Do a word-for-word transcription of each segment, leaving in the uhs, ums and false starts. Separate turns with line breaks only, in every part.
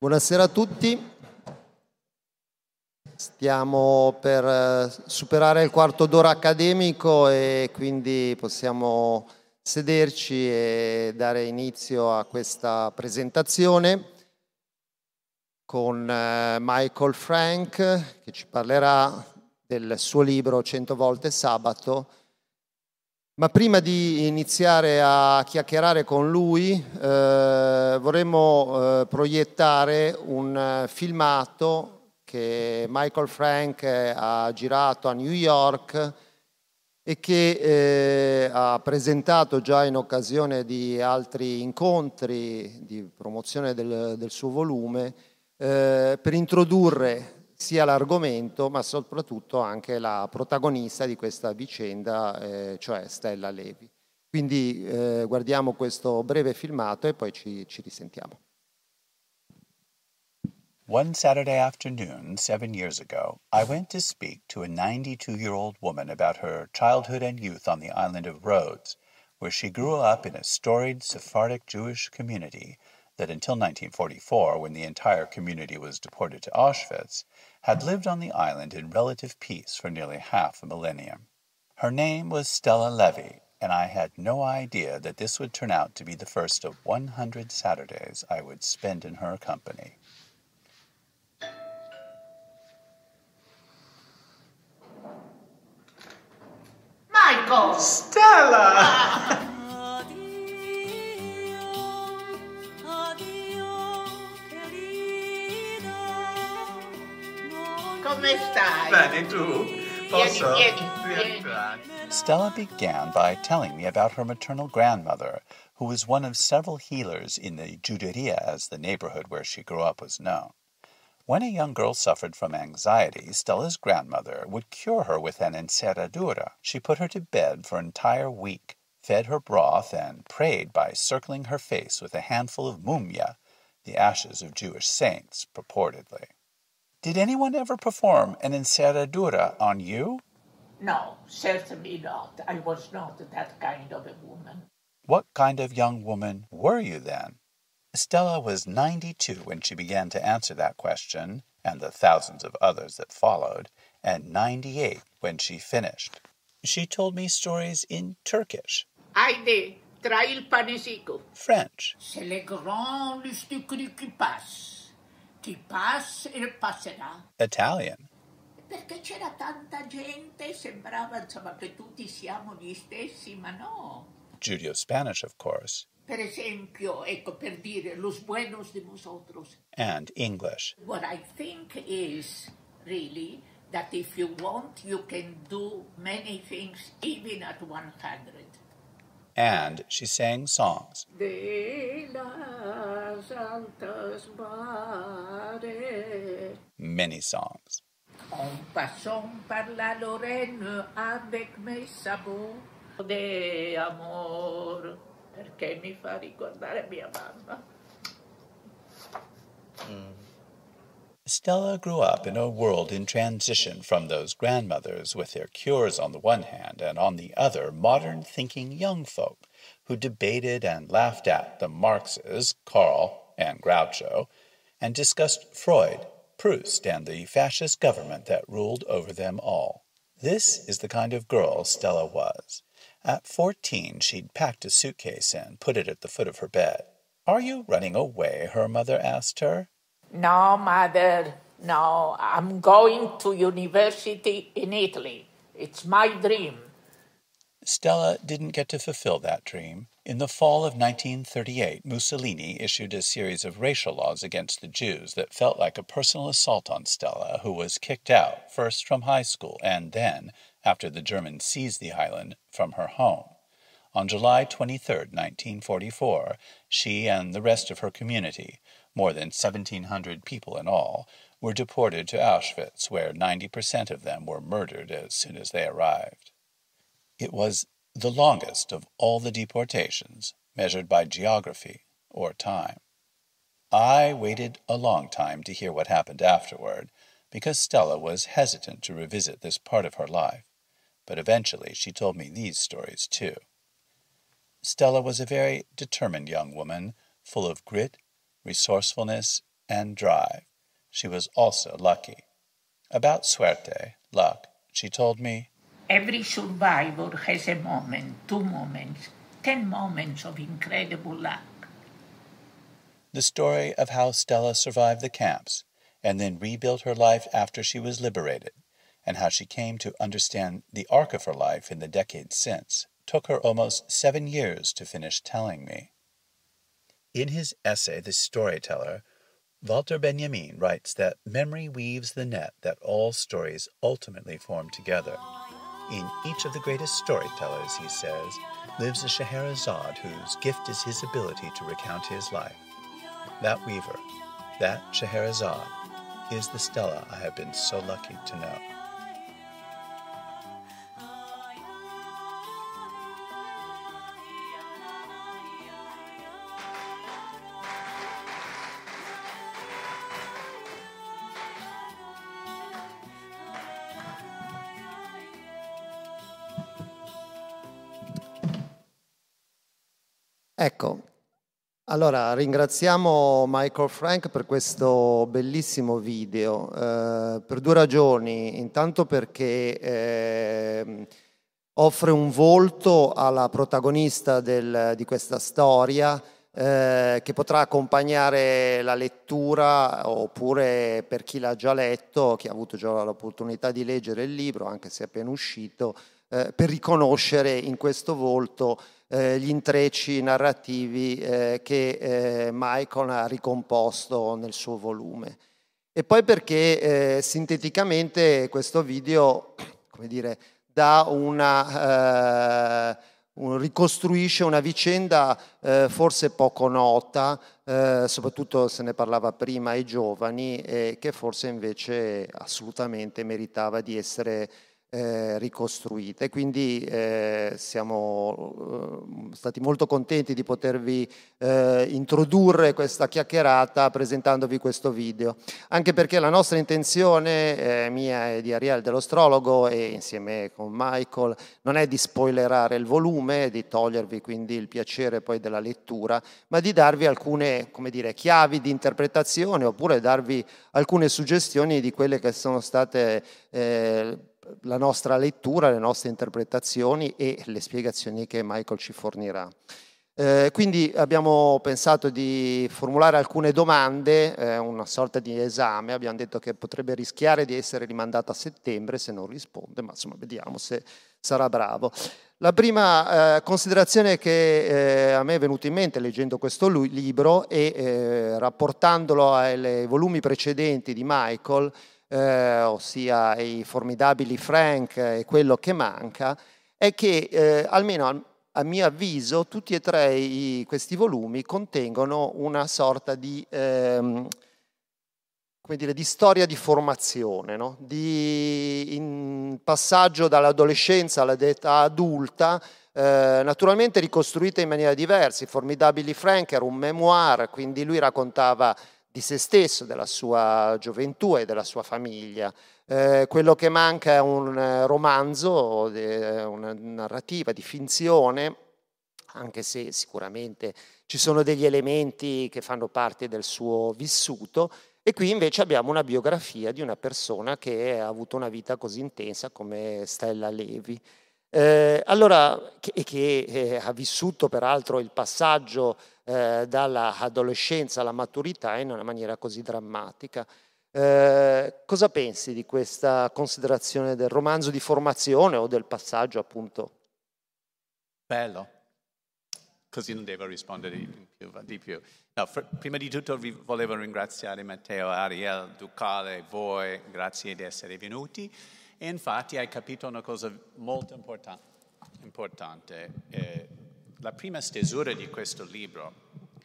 Buonasera a tutti. Stiamo per superare il quarto d'ora accademico e quindi possiamo sederci e dare inizio a questa presentazione con Michael Frank, che ci parlerà del suo libro cento volte sabato. Ma prima di iniziare a chiacchierare con lui, eh, vorremmo eh, proiettare un filmato che Michael Frank ha girato a New York e che eh, ha presentato già in occasione di altri incontri di promozione del, del suo volume, eh, per introdurre sia l'argomento, ma soprattutto anche la protagonista di questa vicenda, eh, cioè Stella Levi. Quindi eh, guardiamo questo breve filmato e poi ci, ci risentiamo.
One Saturday afternoon, seven years ago, I went to speak to a ninety-two-year-old woman about her childhood and youth on the island of Rhodes, where she grew up in a storied Sephardic Jewish community that until nineteen forty-four, when the entire community was deported to Auschwitz, had lived on the island in relative peace for nearly half a millennium. Her name was Stella Levy, and I had no idea that this would turn out to be the first of one hundred Saturdays I would spend in her company.
Michael!
Stella!
Come stai?
Bene, tu? Posso?
Vieni, vieni, vieni.
Stella began by telling me about her maternal grandmother, who was one of several healers in the Juderia, as the neighborhood where she grew up was known. When a young girl suffered from anxiety, Stella's grandmother would cure her with an encerradura. She put her to bed for an entire week, fed her broth, and prayed by circling her face with a handful of mumia, the ashes of Jewish saints, purportedly. Did anyone ever perform an encerradura on you?
No, certainly not. I was not that kind of a woman.
What kind of young woman were you then? Stella was ninety-two when she began to answer that question, and the thousands of others that followed, and ninety-eight when she finished. She told me stories in Turkish,
Haide, tra il panesico.
French,
C'est le grand le stucri qui passe. Qui passe e passerà.
Italian,
Perché c'era tanta gente, sembrava insomma che tutti siamo gli stessi, ma no.
Judeo-Spanish, of course,
Per esempio, ecco, per dire, los buenos de vosotros.
and English.
What I think is, really, that if you want, you can do many things, even at one hundred.
And she sang songs.
De las altas mares.
Many songs.
En passant par la Lorraine avec mes sabots de amor. Perché mi fa ricordare mia mamma.
Mm. Stella grew up in a world in transition from those grandmothers with their cures on the one hand and on the other modern-thinking young folk who debated and laughed at the Marxes, Karl and Groucho, and discussed Freud, Proust, and the fascist government that ruled over them all. This is the kind of girl Stella was. At fourteen, she'd packed a suitcase and put it at the foot of her bed. "Are you running away?" her mother asked her.
No, mother, no. I'm going to university in Italy. It's my dream.
Stella didn't get to fulfill that dream. In the fall of nineteen thirty-eight, Mussolini issued a series of racial laws against the Jews that felt like a personal assault on Stella, who was kicked out, first from high school and then, after the Germans seized the island, from her home. On July twenty-third, nineteen forty-four, she and the rest of her community, more than seventeen hundred people in all, were deported to Auschwitz, where ninety percent of them were murdered as soon as they arrived. It was the longest of all the deportations, measured by geography or time. I waited a long time to hear what happened afterward, because Stella was hesitant to revisit this part of her life, but eventually she told me these stories too. Stella was a very determined young woman, full of grit, resourcefulness, and drive. She was also lucky. About suerte, luck, she told me,
every survivor has a moment, two moments, ten moments of incredible luck.
The story of how Stella survived the camps and then rebuilt her life after she was liberated, and how she came to understand the arc of her life in the decades since, took her almost seven years to finish telling me. In his essay, The Storyteller, Walter Benjamin writes that memory weaves the net that all stories ultimately form together. In each of the greatest storytellers, he says, lives a Scheherazade whose gift is his ability to recount his life. That weaver, that Scheherazade, is the Stella I have been so lucky to know.
Ecco, allora ringraziamo Michael Frank per questo bellissimo video, eh, per due ragioni. Intanto perché eh, offre un volto alla protagonista del, di questa storia, eh, che potrà accompagnare la lettura, oppure per chi l'ha già letto, chi ha avuto già l'opportunità di leggere il libro, anche se è appena uscito, eh, per riconoscere in questo volto Eh, gli intrecci narrativi eh, che eh, Michael ha ricomposto nel suo volume. E poi perché eh, sinteticamente questo video, come dire, dà una, eh, un, ricostruisce una vicenda eh, forse poco nota, eh, soprattutto se ne parlava prima ai giovani, e che forse invece assolutamente meritava di essere Eh, ricostruite. Quindi eh, siamo eh, stati molto contenti di potervi eh, introdurre questa chiacchierata presentandovi questo video, anche perché la nostra intenzione, eh, mia e di Ariel dell'Astrologo, e insieme con Michael, non è di spoilerare il volume, di togliervi quindi il piacere poi della lettura, ma di darvi alcune, come dire, chiavi di interpretazione, oppure darvi alcune suggestioni di quelle che sono state eh, la nostra lettura, le nostre interpretazioni e le spiegazioni che Michael ci fornirà. Eh, quindi abbiamo pensato di formulare alcune domande, eh, una sorta di esame. Abbiamo detto che potrebbe rischiare di essere rimandata a settembre se non risponde, ma insomma vediamo se sarà bravo. La prima eh, considerazione che eh, a me è venuta in mente leggendo questo libro e eh, rapportandolo ai volumi precedenti di Michael, Eh, ossia i formidabili Frank e quello che manca, è che eh, almeno a, a mio avviso tutti e tre i, questi volumi contengono una sorta di, ehm, come dire, di storia di formazione, no? Di in passaggio dall'adolescenza all'età adulta, eh, naturalmente ricostruita in maniera diversa. I formidabili Frank era un memoir, quindi lui raccontava di se stesso, della sua gioventù e della sua famiglia. Eh, quello che manca è un romanzo, una narrativa di finzione, anche se sicuramente ci sono degli elementi che fanno parte del suo vissuto, e qui invece abbiamo una biografia di una persona che ha avuto una vita così intensa come Stella Levi. Eh, allora, che, che eh, ha vissuto peraltro il passaggio eh, dall'adolescenza alla maturità in una maniera così drammatica. Eh, cosa pensi di questa considerazione del romanzo di formazione o del passaggio, appunto?
Bello, così non devo rispondere di più. Di più. No, for, prima di tutto vi volevo ringraziare Matteo, Ariel, Ducale, voi, grazie di essere venuti. E infatti hai capito una cosa molto importan- importante. Eh, la prima stesura di questo libro,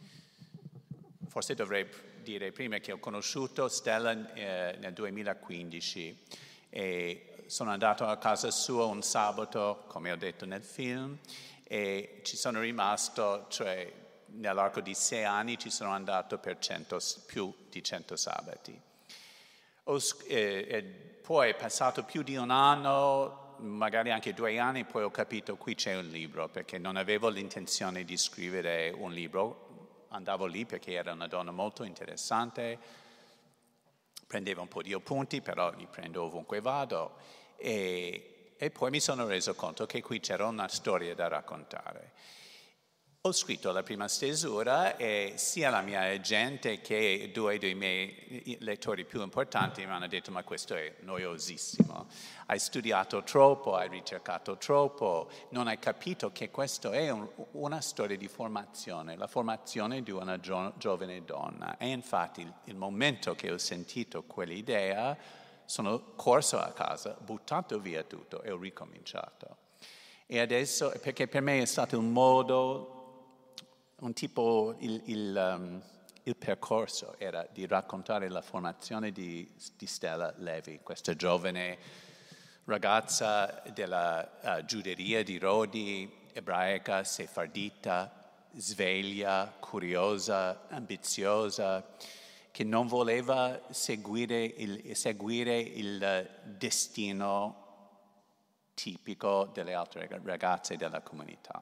forse dovrei dire prima che ho conosciuto Stella eh, nel duemilaquindici e sono andato a casa sua un sabato, come ho detto nel film, e ci sono rimasto, cioè nell'arco di sei anni ci sono andato per cento, più di cento sabati. Ho, eh, eh, poi è passato più di un anno, magari anche due anni, poi ho capito qui c'è un libro, perché non avevo l'intenzione di scrivere un libro andavo lì perché era una donna molto interessante, prendevo un po' di appunti, però li prendo ovunque vado, e, e poi mi sono reso conto che qui c'era una storia da raccontare. Ho scritto la prima stesura e sia la mia agente che due dei miei lettori più importanti mi hanno detto: ma questo è noiosissimo, hai studiato troppo, hai ricercato troppo, non hai capito che questo è un, una storia di formazione, la formazione di una gio- giovane donna. E infatti il, il momento che ho sentito quell'idea sono corso a casa, buttato via tutto e ho ricominciato. E adesso, perché per me è stato un modo, un tipo, il, il, um, il percorso era di raccontare la formazione di, di Stella Levi, questa giovane ragazza della uh, giuderia di Rodi, ebraica, sefardita, sveglia, curiosa, ambiziosa, che non voleva seguire il, seguire il destino tipico delle altre ragazze della comunità.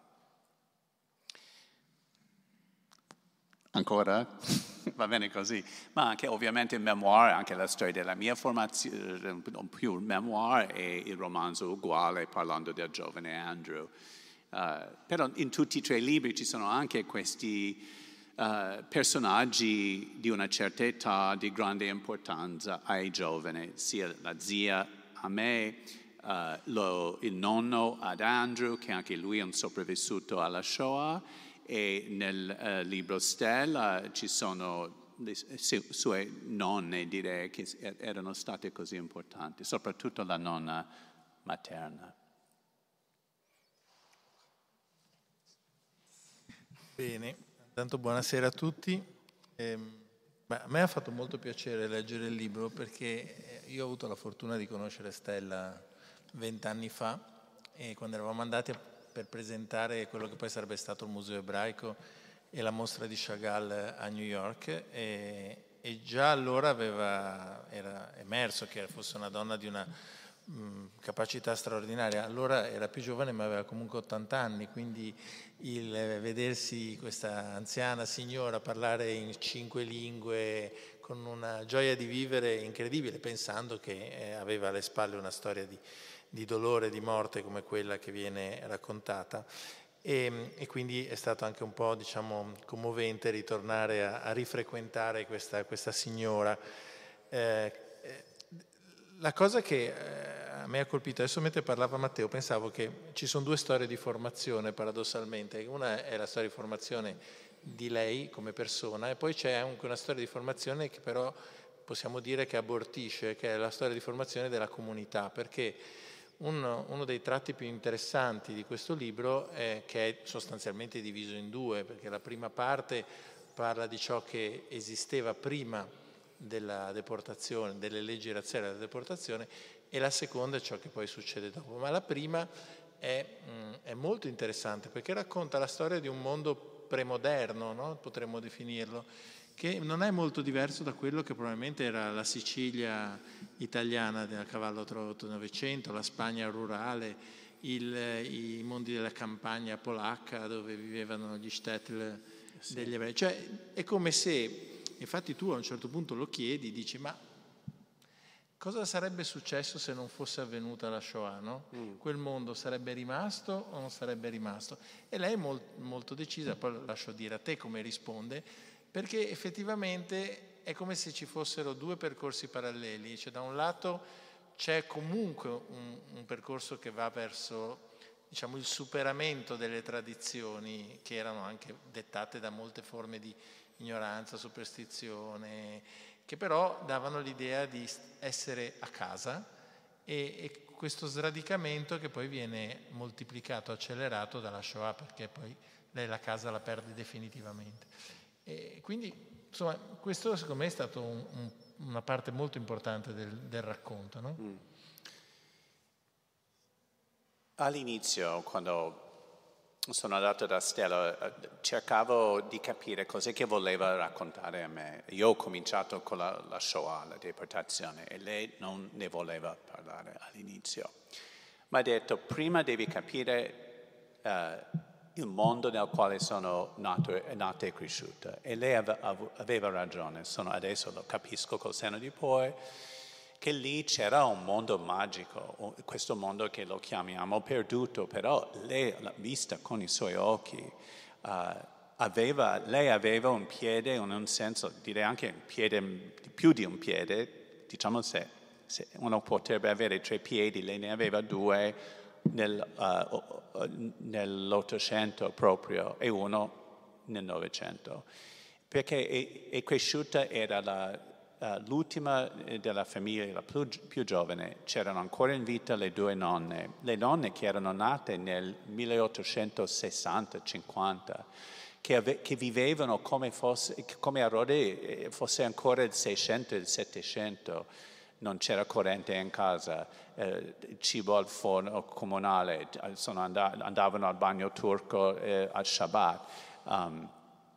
Ancora? Va bene così. Ma anche ovviamente il memoir, anche la storia della mia formazione, non più il memoir e il romanzo uguale parlando del giovane Andrew. Uh, però in tutti e tre i libri ci sono anche questi uh, personaggi di una certa età, di grande importanza ai giovani, sia la zia a me, uh, lo, il nonno ad Andrew, che anche lui è un sopravvissuto alla Shoah, e nel uh, libro Stella ci sono le sue nonne, direi, che erano state così importanti, soprattutto la nonna materna.
Bene, intanto buonasera a tutti. Eh, beh, a me ha fatto molto piacere leggere il libro perché io ho avuto la fortuna di conoscere Stella vent'anni fa, e quando eravamo andati a per presentare quello che poi sarebbe stato il Museo Ebraico e la mostra di Chagall a New York, e, e già allora aveva, era emerso che fosse una donna di una mh, capacità straordinaria. Allora era più giovane, ma aveva comunque ottanta anni, quindi il vedersi questa anziana signora parlare in cinque lingue con una gioia di vivere incredibile, pensando che eh, aveva alle spalle una storia di di dolore, di morte come quella che viene raccontata, e, e quindi è stato anche un po', diciamo, commovente ritornare a, a rifrequentare questa, questa signora. Eh, la cosa che eh, a me ha colpito, adesso mentre parlava Matteo, pensavo che ci sono due storie di formazione paradossalmente. Una è la storia di formazione di lei come persona, e poi c'è anche una storia di formazione che però possiamo dire che abortisce, che è la storia di formazione della comunità, perché Uno, uno dei tratti più interessanti di questo libro è che è sostanzialmente diviso in due, perché la prima parte parla di ciò che esisteva prima della deportazione, delle leggi razziali della deportazione, e la seconda è ciò che poi succede dopo. Ma la prima è, mh, è molto interessante perché racconta la storia di un mondo premoderno, no? Potremmo definirlo, che non è molto diverso da quello che probabilmente era la Sicilia italiana del cavallo tra l'ottocento e il Novecento, la Spagna rurale, il, i mondi della campagna polacca dove vivevano gli shtetl degli ebrei. Cioè è come se, infatti tu a un certo punto lo chiedi, dici ma cosa sarebbe successo se non fosse avvenuta la Shoah, no? Mm. Quel mondo sarebbe rimasto o non sarebbe rimasto? E lei è molt, molto decisa, poi lascio dire a te come risponde, perché effettivamente è come se ci fossero due percorsi paralleli, cioè da un lato c'è comunque un, un percorso che va verso, diciamo, il superamento delle tradizioni che erano anche dettate da molte forme di ignoranza, superstizione, che però davano l'idea di essere a casa, e, e questo sradicamento che poi viene moltiplicato, accelerato dalla Shoah, perché poi lei la casa la perde definitivamente. E quindi, insomma, questo secondo me è stato un, un, una parte molto importante del, del racconto, no? Mm.
All'inizio, quando sono andato da Stella, cercavo di capire cos'è che voleva raccontare a me. Io ho cominciato con la, la Shoah, la deportazione, e lei non ne voleva parlare all'inizio. Mi ha detto, prima devi capire uh, il mondo nel quale sono nato, nata e cresciuta. E lei aveva ragione, sono, adesso lo capisco col senno di poi, che lì c'era un mondo magico, questo mondo che lo chiamiamo perduto, però lei l'ha vista con i suoi occhi. Uh, aveva, lei aveva un piede, in un senso, direi anche un piede, più di un piede, diciamo se, se uno potrebbe avere tre piedi, lei ne aveva due nel, uh, nell'Ottocento proprio e uno nel Novecento, perché è, è cresciuta, era la, uh, l'ultima della famiglia, la più, più giovane, c'erano ancora in vita le due nonne, le nonne che erano nate nel milleottocentosessanta cinquanta, Che, ave, che vivevano come, fosse, come a Rodi fosse ancora il Seicento e il Settecento, non c'era corrente in casa, eh, cibo al forno comunale, sono and- andavano al bagno turco eh, al Shabbat. Um,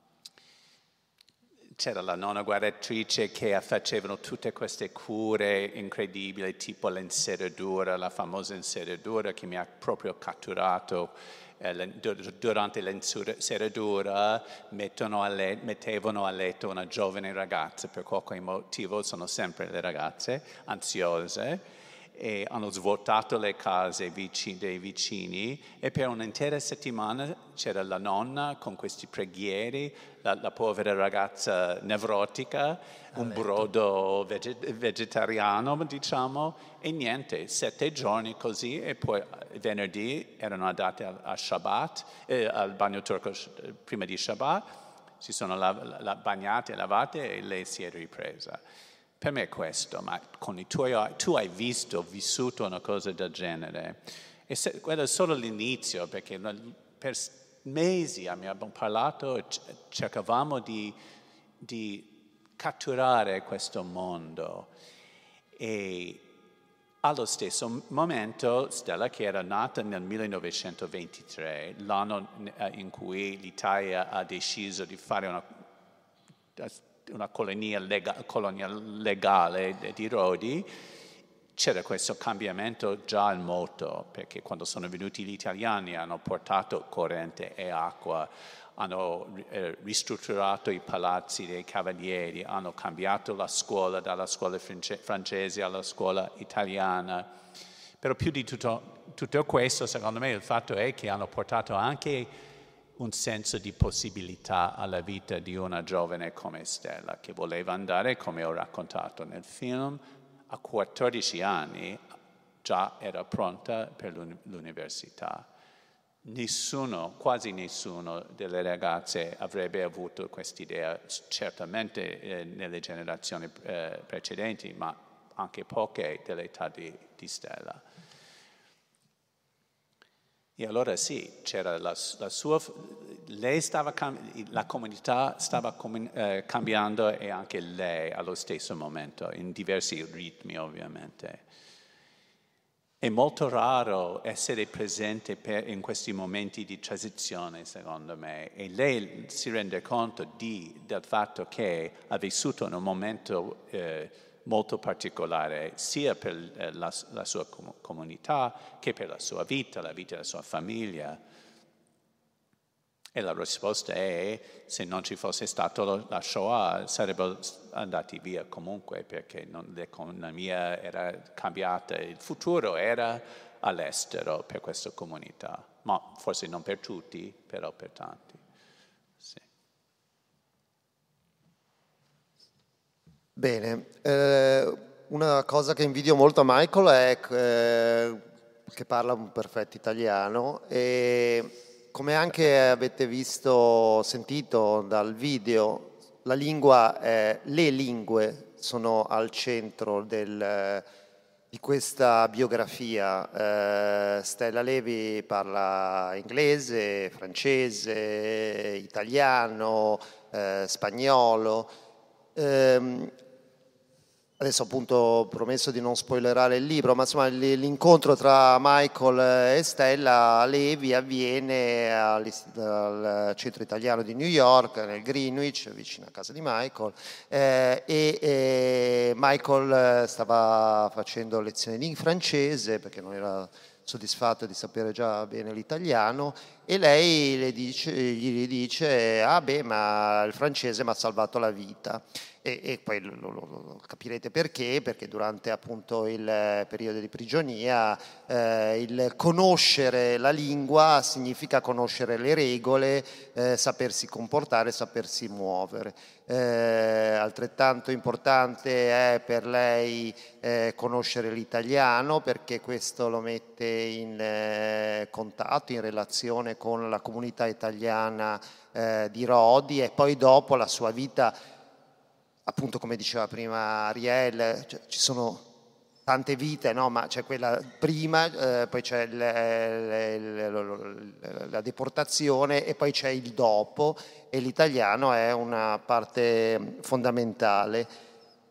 c'era la nonna guaritrice che facevano tutte queste cure incredibili, tipo l'inseridura, la famosa inseridura che mi ha proprio catturato. Durante l'inseridura mettevano a letto una giovane ragazza, per qualche motivo sono sempre le ragazze ansiose, e hanno svuotato le case vicini, dei vicini, e per un'intera settimana c'era la nonna con questi preghieri, la, la povera ragazza nevrotica, un brodo veget- vegetariano diciamo, e niente, sette giorni così, e poi venerdì erano andate a, a Shabbat, eh, al bagno turco prima di Shabbat, si sono la, la, bagnate e lavate e lei si è ripresa. Per me è questo, ma con i tuoi occhi, tu hai visto, vissuto una cosa del genere. E se, quello è solo l'inizio, perché per mesi abbiamo parlato e cercavamo di, di catturare questo mondo. E allo stesso momento Stella, che era nata nel millenovecentoventitré, l'anno in cui l'Italia ha deciso di fare una una colonia, lega, colonia legale di Rodi, c'era questo cambiamento già in moto, perché quando sono venuti gli italiani hanno portato corrente e acqua, hanno eh, ristrutturato i palazzi dei cavalieri, hanno cambiato la scuola dalla scuola france- francese alla scuola italiana. Però più di tutto, tutto questo, secondo me, il fatto è che hanno portato anche un senso di possibilità alla vita di una giovane come Stella, che voleva andare, come ho raccontato nel film, a quattordici anni già era pronta per l'università. Nessuno, quasi nessuno delle ragazze avrebbe avuto quest'idea, certamente eh, nelle generazioni eh, precedenti, ma anche poche dell'età di, di Stella. E allora sì, c'era la, la sua, lei stava, la comunità stava com, eh, cambiando, e anche lei allo stesso momento, in diversi ritmi ovviamente. È molto raro essere presente per, in questi momenti di transizione, secondo me, e lei si rende conto di, del fatto che ha vissuto in un momento eh, molto particolare, sia per eh, la, la sua com- comunità che per la sua vita, la vita della sua famiglia. E la risposta è: se non ci fosse stato la Shoah sarebbero andati via comunque, perché non, l'economia era cambiata, il futuro era all'estero per questa comunità, ma forse non per tutti, però per tanti. Sì.
Bene, eh, una cosa che invidio molto a Michael è eh, che parla un perfetto italiano, e come anche avete visto, sentito dal video, la lingua, è, le lingue sono al centro del, di questa biografia. Eh, Stella Levi parla inglese, francese, italiano, eh, spagnolo. Eh, Adesso appunto ho promesso di non spoilerare il libro, ma insomma l'incontro tra Michael e Stella Levi avviene al centro italiano di New York, nel Greenwich, vicino a casa di Michael, eh, e, e Michael stava facendo lezioni di francese perché non era soddisfatto di sapere già bene l'italiano, e lei le dice, gli dice: ah beh, ma il francese mi ha salvato la vita. E, e poi lo, lo, lo capirete perché, perché durante appunto il periodo di prigionia eh, il conoscere la lingua significa conoscere le regole, eh, sapersi comportare, sapersi muovere. Eh, altrettanto importante è per lei eh, conoscere l'italiano, perché questo lo mette in eh, contatto, in relazione con la comunità italiana eh, di Rodi, e poi dopo la sua vita, appunto come diceva prima Ariel, cioè, ci sono tante vite, no? Ma c'è quella prima, eh, poi c'è il, il, il, la deportazione, e poi c'è il dopo, e l'italiano è una parte fondamentale.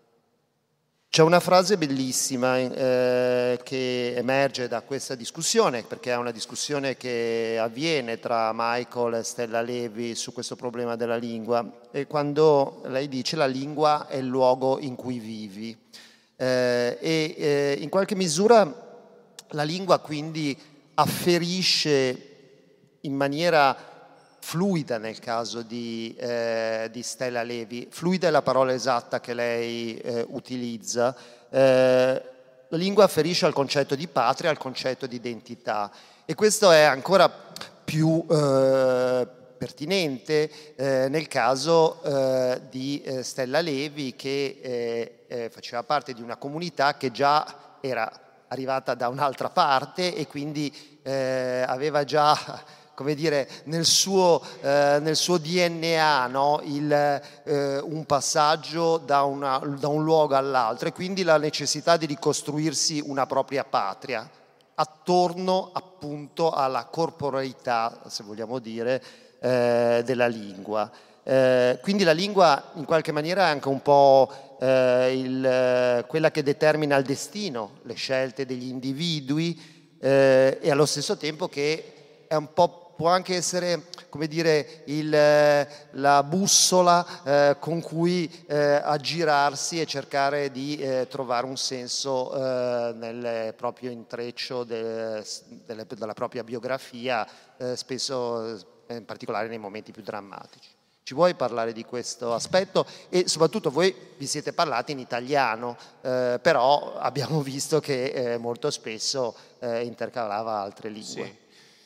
C'è una frase bellissima eh, che emerge da questa discussione, perché è una discussione che avviene tra Michael e Stella Levi su questo problema della lingua, e quando lei dice: la lingua è il luogo in cui vivi. Eh, e eh, in qualche misura la lingua quindi afferisce in maniera fluida nel caso di, eh, di Stella Levi. Fluida è la parola esatta che lei eh, utilizza. Eh, la lingua afferisce al concetto di patria, al concetto di identità, e questo è ancora più eh, pertinente eh, nel caso eh, di eh, Stella Levi, che eh, eh, faceva parte di una comunità che già era arrivata da un'altra parte, e quindi eh, aveva già, come dire, nel suo, eh, nel suo D N A, no? Il, eh, un passaggio da, una, da un luogo all'altro, e quindi la necessità di ricostruirsi una propria patria attorno appunto alla corporeità, se vogliamo dire, eh, della lingua. Eh, quindi la lingua in qualche maniera è anche un po' eh, il, quella che determina il destino, le scelte degli individui, eh, e allo stesso tempo che è un po', può anche essere, come dire, il, la bussola eh, con cui eh, aggirarsi e cercare di eh, trovare un senso eh, nel proprio intreccio de, de, della propria biografia, eh, spesso in particolare nei momenti più drammatici. Ci vuoi parlare di questo aspetto? E soprattutto voi vi siete parlati in italiano, eh, però abbiamo visto che eh, molto spesso eh, intercalava altre lingue.
Sì.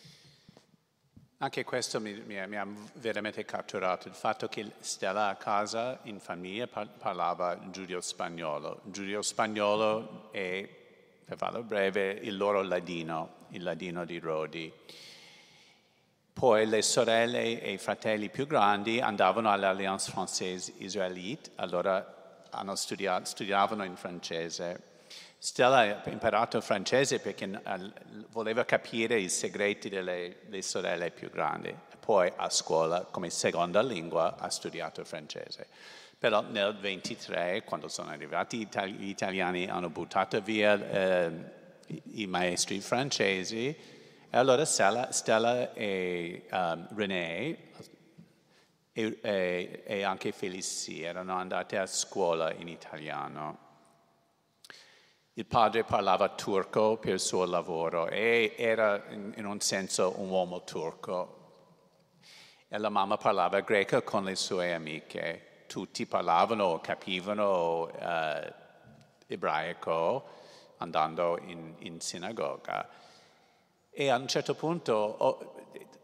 Anche questo mi, mi, mi ha veramente catturato, il fatto che Stella a casa, in famiglia, par- parlava giudio-spagnolo. Giudio-spagnolo è, per farlo breve, il loro ladino, il ladino di Rodi. Poi le sorelle e i fratelli più grandi andavano all'Alliance Française Israélite, allora hanno studiato, studiavano in francese. Stella ha imparato il francese perché voleva capire i segreti delle, delle sorelle più grandi. Poi a scuola, come seconda lingua, ha studiato il francese. Però nel ventitré, quando sono arrivati gli italiani, hanno buttato via eh, i maestri francesi, e allora Stella, Stella e um, René e, e, e anche Félicie erano andate a scuola in italiano. Il padre parlava turco per il suo lavoro e era in, in un senso un uomo turco, e la mamma parlava greco con le sue amiche. Tutti parlavano, capivano uh, ebraico andando in, in sinagoga. E a un certo punto ho,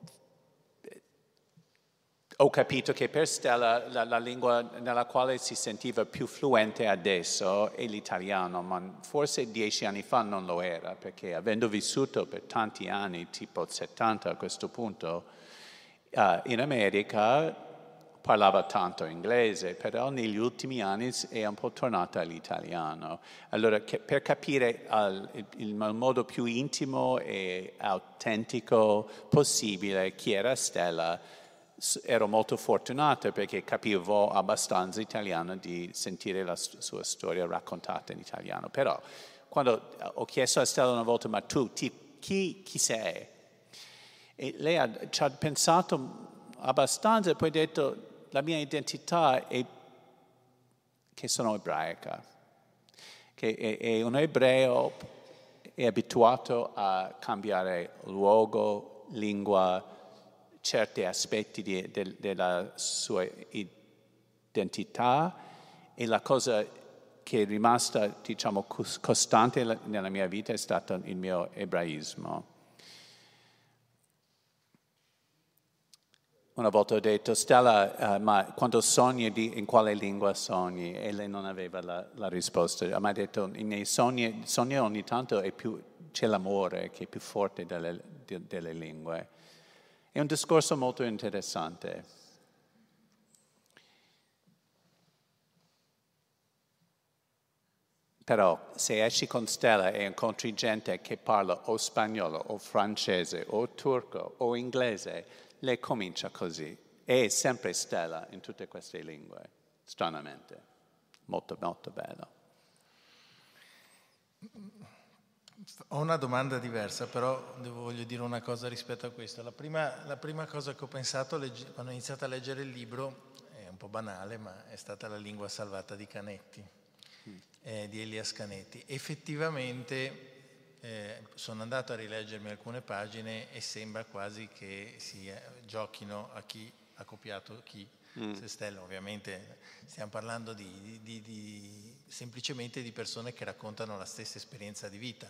ho capito che per Stella la, la lingua nella quale si sentiva più fluente adesso è l'italiano, ma forse dieci anni fa non lo era, perché avendo vissuto per tanti anni, tipo settanta a questo punto, uh, in America parlava tanto inglese, però negli ultimi anni è un po' tornata all'italiano. Allora, che, per capire uh, il, il modo più intimo e autentico possibile chi era Stella, ero molto fortunata perché capivo abbastanza italiano di sentire la sua storia raccontata in italiano. Però quando ho chiesto a Stella una volta: ma tu ti, chi, chi sei? E lei ha, ci ha pensato abbastanza e poi ha detto: la mia identità è che sono ebraica, che è, è un ebreo è abituato a cambiare luogo, lingua, certi aspetti di, de, della sua identità, e la cosa che è rimasta, diciamo, costante nella mia vita è stato il mio ebraismo. Una volta ho detto, Stella, uh, ma quando sogni, di, in quale lingua sogni? E lei non aveva la, la risposta. Mi ha detto, nei sogni, sogni ogni tanto è più, c'è l'amore che è più forte delle, de, delle lingue. È un discorso molto interessante. Però se esci con Stella e incontri gente che parla o spagnolo o francese o turco o inglese, lei comincia così. È sempre Stella in tutte queste lingue, stranamente. Molto, molto bello.
Ho una domanda diversa, però devo, voglio dire una cosa rispetto a questo. La prima, la prima cosa che ho pensato legge, quando ho iniziato a leggere il libro, è un po' banale, ma è stata La lingua salvata di Canetti, mm. eh, di Elias Canetti. Effettivamente eh, sono andato a rileggermi alcune pagine e sembra quasi che si eh, giochino a chi ha copiato chi. Mm. Se Stella, ovviamente stiamo parlando di, di, di, semplicemente di persone che raccontano la stessa esperienza di vita.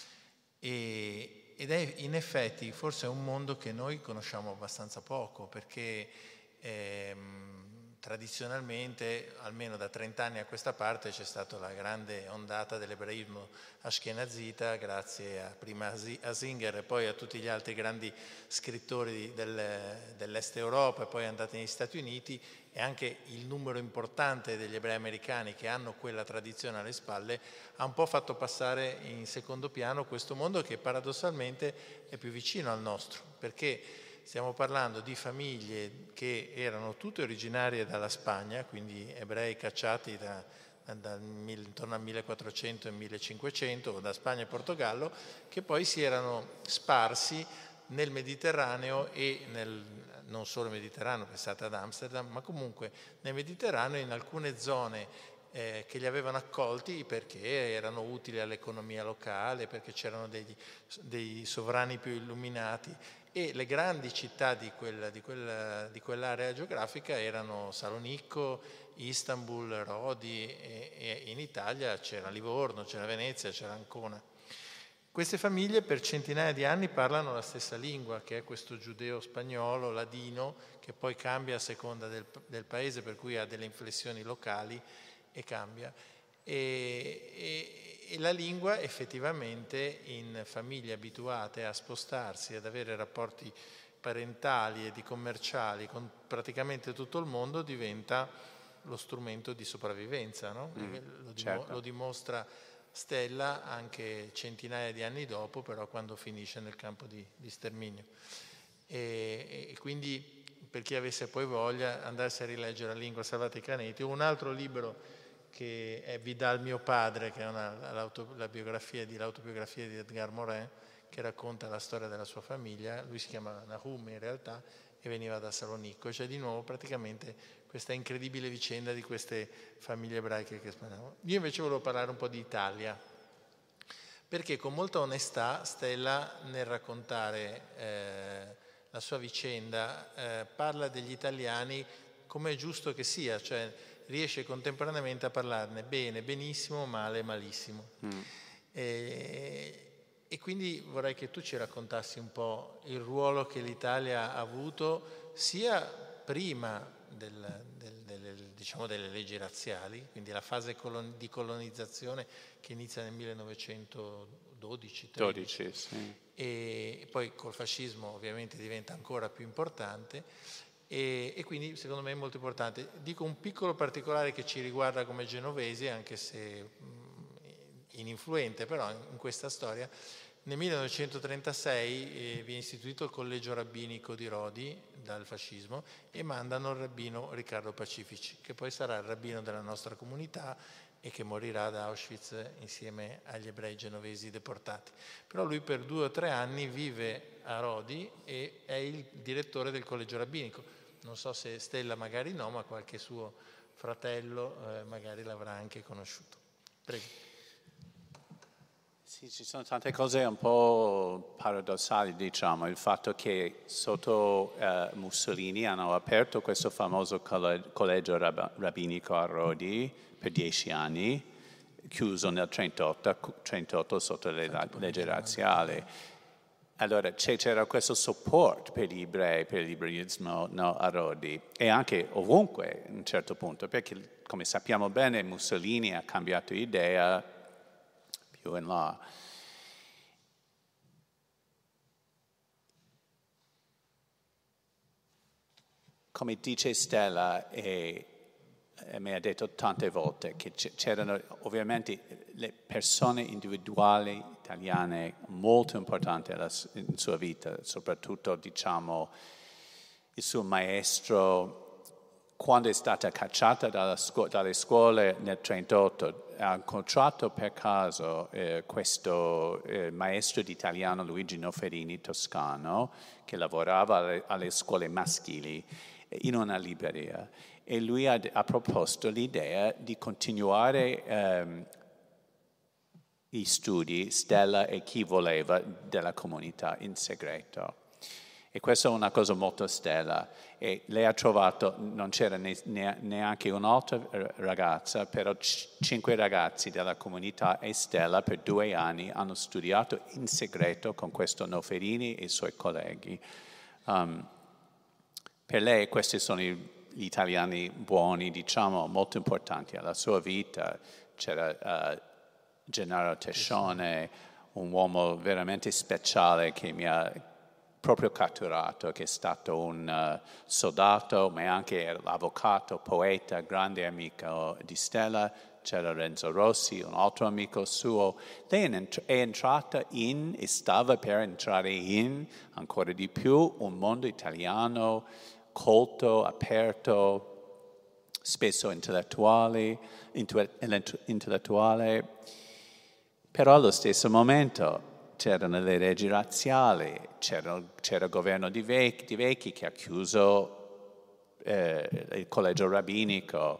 E, ed è in effetti forse un mondo che noi conosciamo abbastanza poco, perché ehm, tradizionalmente, almeno da trent'anni a questa parte, c'è stata la grande ondata dell'ebraismo ashkenazita, grazie a prima a Singer e poi a tutti gli altri grandi scrittori del, dell'Est Europa e poi andati negli Stati Uniti, e anche il numero importante degli ebrei americani che hanno quella tradizione alle spalle ha un po' fatto passare in secondo piano questo mondo che paradossalmente è più vicino al nostro, perché stiamo parlando di famiglie che erano tutte originarie dalla Spagna, quindi ebrei cacciati da, da, intorno al millequattrocento e millecinquecento, da Spagna e Portogallo, che poi si erano sparsi nel Mediterraneo e nel, non solo Mediterraneo, pensate ad Amsterdam, ma comunque nel Mediterraneo in alcune zone eh, che li avevano accolti perché erano utili all'economia locale, perché c'erano degli, dei sovrani più illuminati. E le grandi città di, quella, di, quella, di quell'area geografica erano Salonicco, Istanbul, Rodi, e, e in Italia c'era Livorno, c'era Venezia, c'era Ancona. Queste famiglie per centinaia di anni parlano la stessa lingua, che è questo giudeo-spagnolo, ladino, che poi cambia a seconda del, del paese, per cui ha delle inflessioni locali e cambia. E, e, e la lingua effettivamente in famiglie abituate a spostarsi, ad avere rapporti parentali e di commerciali con praticamente tutto il mondo, diventa lo strumento di sopravvivenza, no? Mm, lo, dim- certo. Lo dimostra Stella anche centinaia di anni dopo, però quando finisce nel campo di, di sterminio. E, e quindi per chi avesse poi voglia andarsi a rileggere La lingua salvata di Canetti. Un altro libro che è Vidal mio padre, che è una, la biografia di, l'autobiografia di Edgar Morin, che racconta la storia della sua famiglia. Lui si chiama Nahum in realtà e veniva da Salonicco. C'è di nuovo praticamente questa incredibile vicenda di queste famiglie ebraiche che sparano. Io invece volevo parlare un po' di Italia, perché con molta onestà Stella, nel raccontare eh, la sua vicenda, eh, parla degli italiani come è giusto che sia, cioè riesce contemporaneamente a parlarne bene, benissimo, male, malissimo. Mm. E, e quindi vorrei che tu ci raccontassi un po' il ruolo che l'Italia ha avuto sia prima del, del, delle, diciamo delle leggi razziali, quindi la fase colon- di colonizzazione che inizia nel millenovecentododici tredici, sì. E poi col fascismo ovviamente diventa ancora più importante. E, e quindi secondo me è molto importante. Dico un piccolo particolare che ci riguarda come genovesi, anche se mh, ininfluente però in questa storia. Nel millenovecentotrentasei eh, viene istituito il collegio rabbinico di Rodi dal fascismo e mandano il rabbino Riccardo Pacifici, che poi sarà il rabbino della nostra comunità e che morirà ad Auschwitz insieme agli ebrei genovesi deportati. Però lui per due o tre anni vive a Rodi e è il direttore del collegio rabbinico. Non so se Stella magari no, ma qualche suo fratello eh, magari l'avrà anche conosciuto. Prego.
Sì, ci sono tante cose un po' paradossali, diciamo. Il fatto che sotto eh, Mussolini hanno aperto questo famoso collegio rab- rabbinico a Rodi per dieci anni, chiuso nel trentotto, trentotto sotto le la- legge razziali. Allora c'era questo support per gli ebrei, per il liberismo, no, a Rodi, e anche ovunque a un certo punto, perché come sappiamo bene Mussolini ha cambiato idea più in là. Come dice Stella, e, e mi ha detto tante volte, che c'erano ovviamente le persone individuali italiane molto importanti in sua vita, soprattutto diciamo il suo maestro. Quando è stata cacciata dalla scu- dalle scuole nel trentotto, ha incontrato per caso eh, questo eh, maestro di italiano Luigi Noferini, toscano, che lavorava alle, alle scuole maschili in una libreria, e lui ha, ha proposto l'idea di continuare ehm, gli studi, Stella e chi voleva, della comunità in segreto. E questa è una cosa molto Stella. E lei ha trovato, non c'era ne, ne, neanche un'altra ragazza, però c- cinque ragazzi della comunità e Stella per due anni hanno studiato in segreto con questo Noferini e i suoi colleghi. Um, per lei questi sono gli italiani buoni, diciamo, molto importanti alla sua vita. C'era uh, Gennaro Tescione, un uomo veramente speciale che mi ha proprio catturato, che è stato un uh, soldato, ma anche avvocato, poeta, grande amico di Stella. C'era Renzo Rossi, un altro amico suo. Lei è entrata in, e stava per entrare in, ancora di più, un mondo italiano colto, aperto, spesso intellettuale, intellettuale, però allo stesso momento c'erano le leggi razziali, c'era, c'era il governo di Vecchi, di Vecchi che ha chiuso eh, il collegio rabbinico.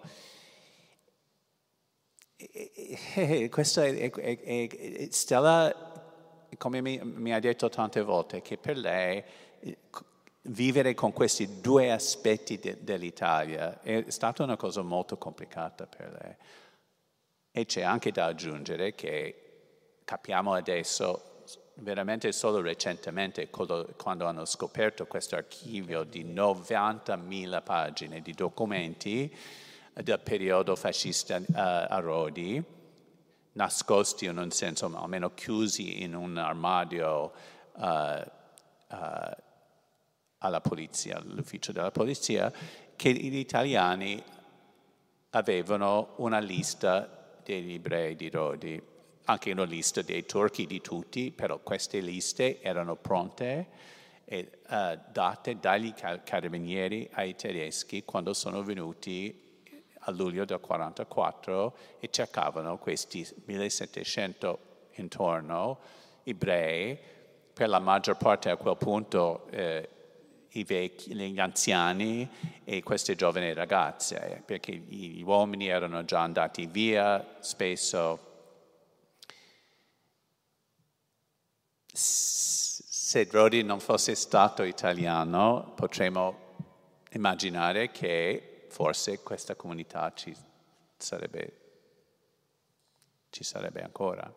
E, e, questo è, è, è, è Stella, come mi, mi ha detto tante volte, che per lei vivere con questi due aspetti de, dell'Italia è stata una cosa molto complicata per lei. E c'è anche da aggiungere che capiamo adesso, veramente solo recentemente, quando hanno scoperto questo archivio di novantamila pagine di documenti del periodo fascista uh, a Rodi, nascosti in un senso, ma almeno chiusi in un armadio uh, uh, alla polizia, all'ufficio della polizia, che gli italiani avevano una lista degli ebrei di Rodi, anche una lista dei turchi, di tutti, però queste liste erano pronte e uh, date dagli carabinieri ai tedeschi quando sono venuti a luglio del quarantaquattro e cercavano questi millesettecento intorno ebrei, per la maggior parte a quel punto eh, i vecchi, gli anziani e queste giovani ragazze, perché gli uomini erano già andati via spesso. Se Rodi non fosse stato italiano, potremmo immaginare che forse questa comunità ci sarebbe, ci sarebbe ancora.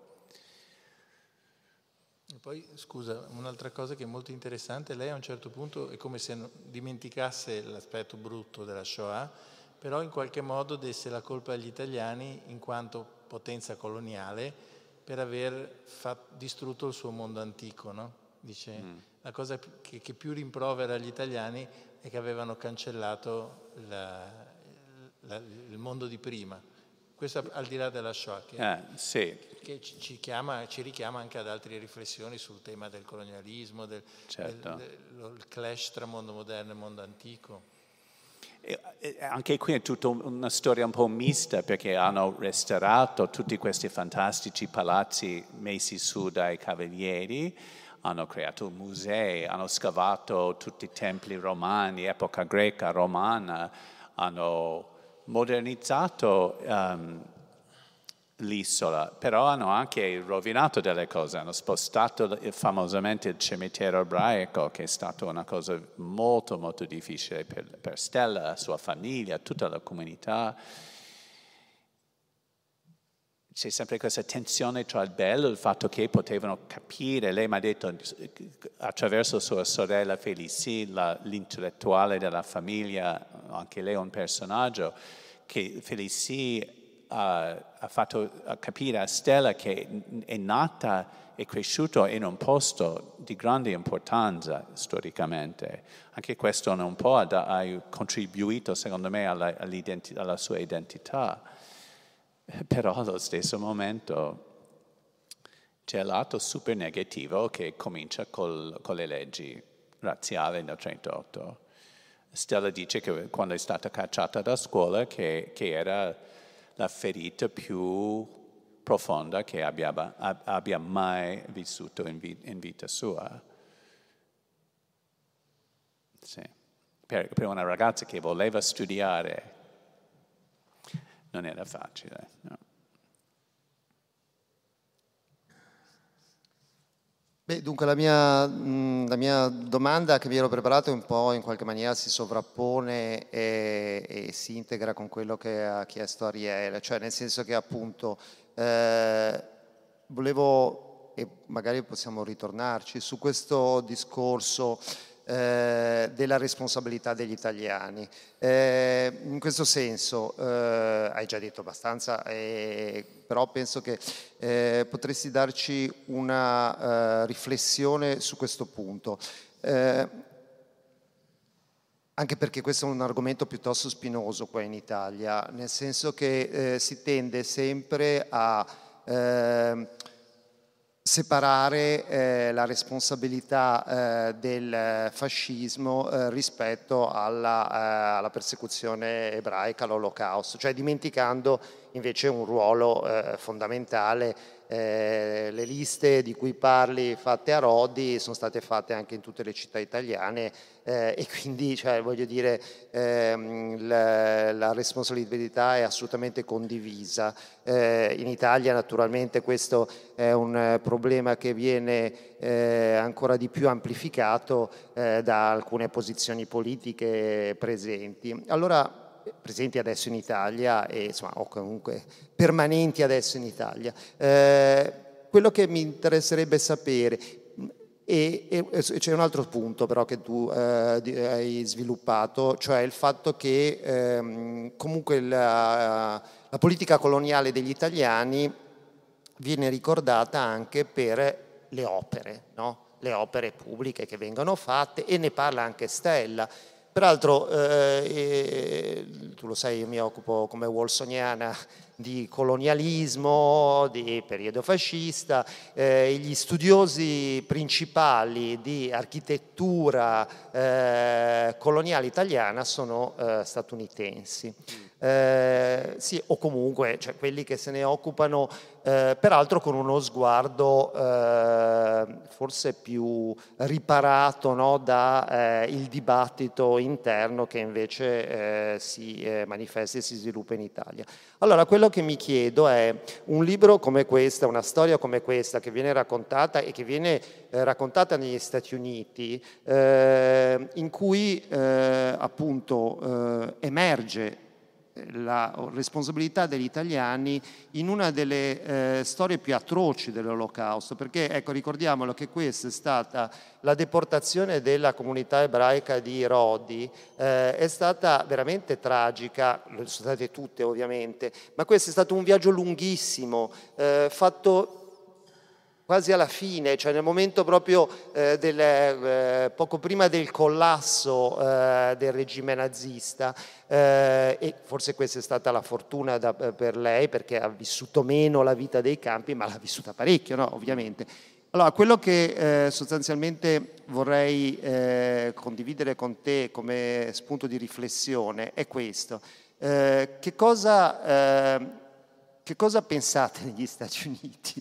E poi, scusa, un'altra cosa che è molto interessante, lei a un certo punto è come se dimenticasse l'aspetto brutto della Shoah, però in qualche modo desse la colpa agli italiani in quanto potenza coloniale per aver fatto, distrutto il suo mondo antico, no? Dice, mm. la cosa che, che più rimprovera agli italiani è che avevano cancellato la, la, il mondo di prima. Questo al di là della Shoah, che,
eh, sì.
che ci, ci, chiama, ci richiama anche ad altre riflessioni sul tema del colonialismo, del,
certo.
del, del, del clash tra mondo moderno e mondo antico.
E, e anche qui è tutta una storia un po' mista, perché hanno restaurato tutti questi fantastici palazzi messi su dai cavalieri, hanno creato musei, hanno scavato tutti i templi romani, epoca greca, romana, hanno modernizzato um, l'isola, però hanno anche rovinato delle cose, hanno spostato famosamente il cimitero ebraico, che è stata una cosa molto molto difficile per, per Stella, la sua famiglia, tutta la comunità. C'è sempre questa tensione tra il bello e il fatto che potevano capire. Lei mi ha detto attraverso sua sorella Felicie, la, l'intellettuale della famiglia, anche lei è un personaggio, che Felicie ha, ha fatto capire a Stella che è nata e cresciuta in un posto di grande importanza storicamente. Anche questo un po' ha, ha contribuito secondo me alla, alla sua identità. Però allo stesso momento c'è il lato super negativo che comincia col, con le leggi razziali del trentotto. Stella dice che quando è stata cacciata da scuola che, che era la ferita più profonda che abbia, abbia mai vissuto in, in vita sua. Sì. Per, per una ragazza che voleva studiare non era facile. No.
Beh, dunque la mia, la mia domanda che mi ero preparato un po' in qualche maniera si sovrappone e, e si integra con quello che ha chiesto Ariele, cioè nel senso che appunto eh, volevo, e magari possiamo ritornarci, su questo discorso Eh, della responsabilità degli italiani. Eh, in questo senso, eh, hai già detto abbastanza, eh, però penso che eh, potresti darci una eh, riflessione su questo punto. Eh, anche perché questo è un argomento piuttosto spinoso qua in Italia, nel senso che eh, si tende sempre a eh, separare eh, la responsabilità eh, del fascismo eh, rispetto alla, eh, alla persecuzione ebraica, all'Olocausto, cioè dimenticando invece un ruolo eh, fondamentale. Eh, le liste di cui parli fatte a Rodi sono state fatte anche in tutte le città italiane eh, e quindi cioè, voglio dire ehm, la, la responsabilità è assolutamente condivisa. Eh, in Italia naturalmente questo è un problema che viene eh, ancora di più amplificato eh, da alcune posizioni politiche presenti. Allora, presenti adesso in Italia e insomma, o comunque permanenti adesso in Italia. Eh, quello che mi interesserebbe sapere, e, e, e c'è un altro punto però che tu eh, hai sviluppato, cioè il fatto che ehm, comunque la, la politica coloniale degli italiani viene ricordata anche per le opere, no? Le opere pubbliche che vengono fatte, e ne parla anche Stella. Peraltro, eh, tu lo sai, io mi occupo come Wolsoniana di colonialismo, di periodo fascista, eh, gli studiosi principali di architettura eh, coloniale italiana sono eh, statunitensi. Eh, sì, o comunque cioè, quelli che se ne occupano, eh, peraltro con uno sguardo eh, forse più riparato, no, da eh, il dibattito interno che invece eh, si eh, manifesta e si sviluppa in Italia. Allora, quello che mi chiedo è un libro come questo, una storia come questa che viene raccontata e che viene eh, raccontata negli Stati Uniti, eh, in cui eh, appunto eh, emerge la responsabilità degli italiani in una delle eh, storie più atroci dell'Olocausto, perché ecco, ricordiamolo che questa è stata la deportazione della comunità ebraica di Rodi, eh, è stata veramente tragica, lo sono state tutte ovviamente, ma questo è stato un viaggio lunghissimo, eh, fatto quasi alla fine, cioè nel momento proprio eh, del, eh, poco prima del collasso eh, del regime nazista, eh, e forse questa è stata la fortuna da, per lei perché ha vissuto meno la vita dei campi, ma l'ha vissuta parecchio, no? Ovviamente. Allora, quello che eh, sostanzialmente vorrei eh, condividere con te come spunto di riflessione è questo. Eh, che cosa... Eh, Che cosa pensate negli Stati Uniti?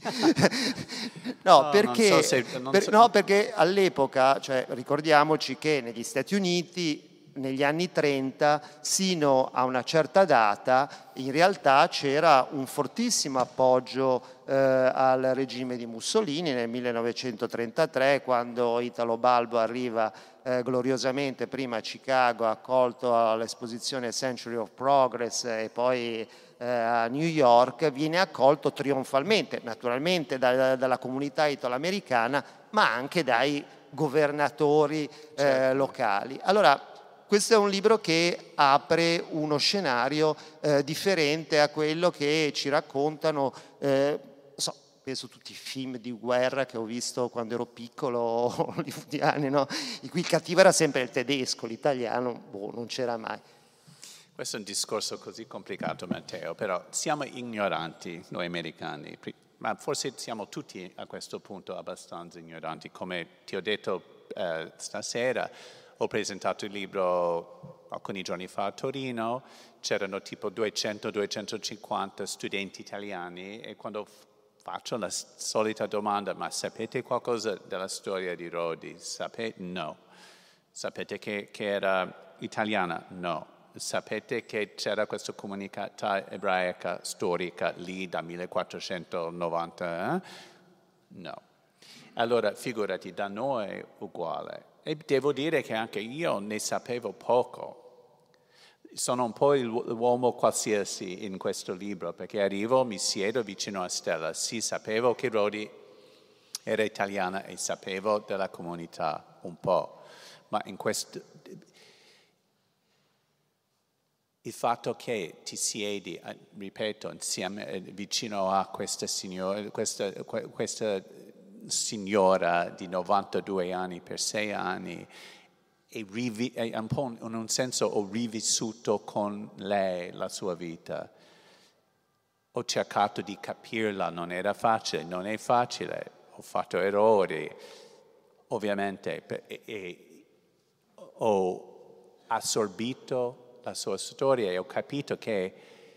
no,
no,
perché,
non so se, non
per,
so.
no, perché all'epoca, cioè, ricordiamoci che negli Stati Uniti negli anni trenta, sino a una certa data, in realtà c'era un fortissimo appoggio eh, al regime di Mussolini. Nel millenovecentotrentatré, quando Italo Balbo arriva eh, gloriosamente prima a Chicago, accolto all'esposizione Century of Progress e poi eh, a New York, viene accolto trionfalmente, naturalmente da, dalla comunità italoamericana, ma anche dai governatori eh, certo. locali. Allora, questo è un libro che apre uno scenario eh, differente a quello che ci raccontano, eh, so, penso tutti i film di guerra che ho visto quando ero piccolo, hollywoodiani, no? In cui il cattivo era sempre il tedesco, l'italiano boh, non c'era mai.
Questo è un discorso così complicato, Matteo, però siamo ignoranti noi americani, ma forse siamo tutti a questo punto abbastanza ignoranti. Come ti ho detto eh, stasera, ho presentato il libro alcuni giorni fa a Torino, c'erano tipo duecento duecentocinquanta studenti italiani e quando faccio la solita domanda, ma sapete qualcosa della storia di Rodi? Sapete? No. Sapete che, che era italiana? No. Sapete che c'era questa comunità ebraica storica lì da millequattrocentonovanta? Eh? No. Allora, figurati, da noi uguale. E devo dire che anche io ne sapevo poco. Sono un po' l'uomo qualsiasi in questo libro, perché arrivo, mi siedo vicino a Stella. Sì, sapevo che Rodi era italiana e sapevo della comunità un po', ma in questo... Il fatto che ti siedi, ripeto, insieme, vicino a questa signora, questa, questa signora di novantadue anni per sei anni, e, rivi, e un po' in un senso ho rivissuto con lei la sua vita. Ho cercato di capirla, non era facile, non è facile, ho fatto errori, ovviamente, e, e ho assorbito la sua storia e ho capito che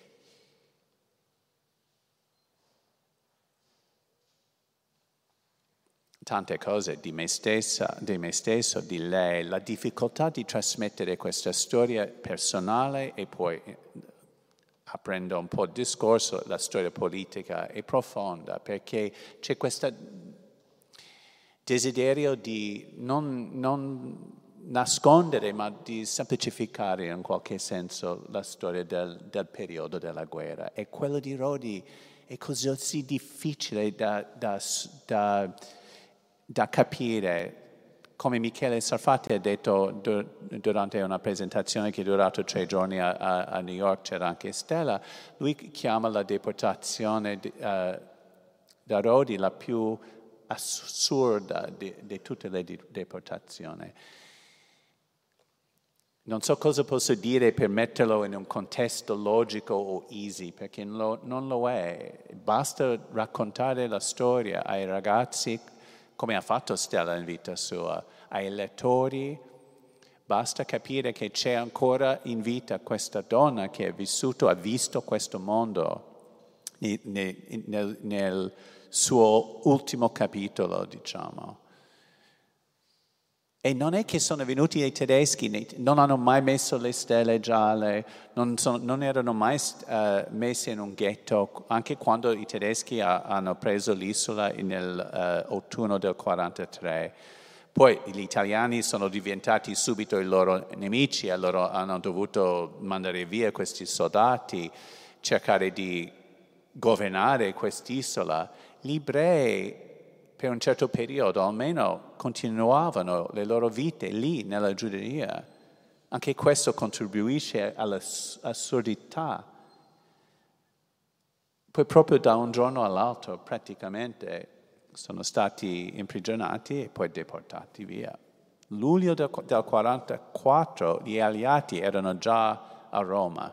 tante cose di me stessa, di me stesso, di lei, la difficoltà di trasmettere questa storia personale e poi, aprendo un po' il discorso, la storia politica è profonda, perché c'è questo desiderio di non, non nascondere, ma di semplificare in qualche senso la storia del, del periodo della guerra. E quello di Rodi è così difficile da, da, da, da capire. Come Michele Sarfatti ha detto durante una presentazione che è durata tre giorni a, a, a New York, c'era anche Stella, lui chiama la deportazione di, uh, da Rodi la più assurda di, di tutte le deportazioni. Non so cosa posso dire per metterlo in un contesto logico o easy, perché non lo, non lo è. Basta raccontare la storia ai ragazzi, come ha fatto Stella in vita sua, ai lettori. Basta capire che c'è ancora in vita questa donna che ha vissuto, ha visto questo mondo nel, nel, nel suo ultimo capitolo, diciamo. E non è che sono venuti i tedeschi, non hanno mai messo le stelle gialle, non, sono, non erano mai uh, messi in un ghetto, anche quando i tedeschi ha, hanno preso l'isola nel uh, autunno del quarantatré. Poi gli italiani sono diventati subito i loro nemici, allora hanno dovuto mandare via questi soldati, cercare di governare quest'isola. Gli ebrei, per un certo periodo almeno, continuavano le loro vite lì nella Giudea. Anche questo contribuisce all'assurdità. Poi proprio da un giorno all'altro praticamente sono stati imprigionati e poi deportati via. Luglio del quarantaquattro gli alleati erano già a Roma.